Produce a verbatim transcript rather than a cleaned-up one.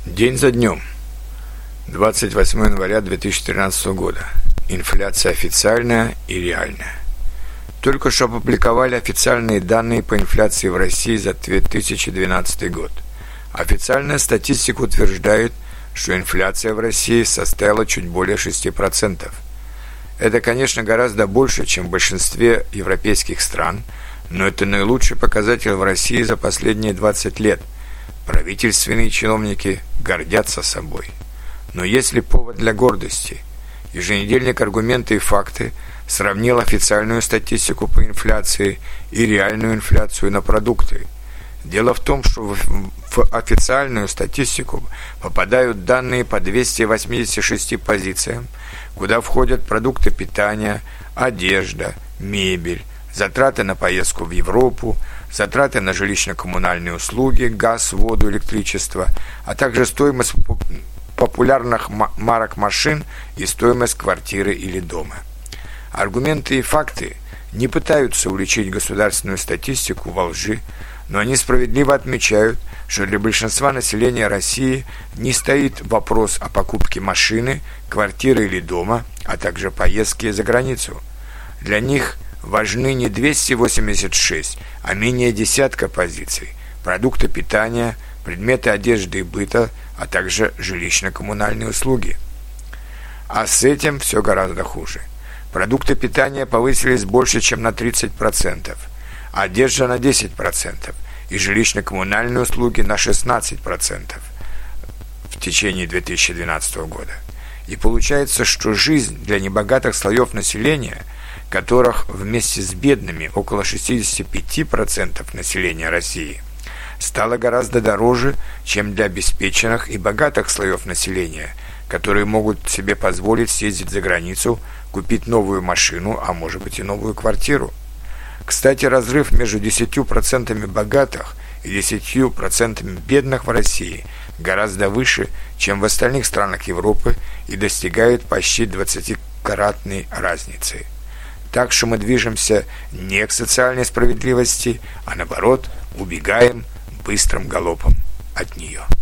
День за днем. двадцать восьмое января две тысячи тринадцатого года. Инфляция официальная и реальная. Только что опубликовали официальные данные по инфляции в России за две тысячи двенадцатый год. Официальная статистика утверждает, что инфляция в России составила чуть более шести процентов. Это, конечно, гораздо больше, чем в большинстве европейских стран, но это наилучший показатель в России за последние двадцать лет. Правительственные чиновники гордятся собой. Но есть ли повод для гордости? Еженедельник «Аргументы и факты» сравнил официальную статистику по инфляции и реальную инфляцию на продукты. Дело в том, что в официальную статистику попадают данные по двухстам восьмидесяти шести позициям, куда входят продукты питания, одежда, мебель, затраты на поездку в Европу, затраты на жилищно-коммунальные услуги, газ, воду, электричество, а также стоимость популярных марок машин и стоимость квартиры или дома. Аргументы и факты не пытаются уличить государственную статистику во лжи, но они справедливо отмечают, что для большинства населения России не стоит вопрос о покупке машины, квартиры или дома, а также поездки за границу. Для них важны не двести восемьдесят шесть, а менее десятка позиций: продукты питания, предметы одежды и быта, а также жилищно-коммунальные услуги. А с этим все гораздо хуже. Продукты питания повысились больше, чем на тридцать процентов, одежда на десять процентов и жилищно-коммунальные услуги на шестнадцать процентов в течение две тысячи двенадцатого года. И получается, что жизнь для небогатых слоев населения, которых вместе с бедными около шестьдесят пять процентов населения России, стала гораздо дороже, чем для обеспеченных и богатых слоев населения, которые могут себе позволить съездить за границу, купить новую машину, а может быть и новую квартиру. Кстати, разрыв между десятью процентами богатых и десятью процентами бедных в России гораздо выше, чем в остальных странах Европы, и достигает почти двадцатикратной разницы. Так что мы движемся не к социальной справедливости, а наоборот, убегаем быстрым галопом от нее.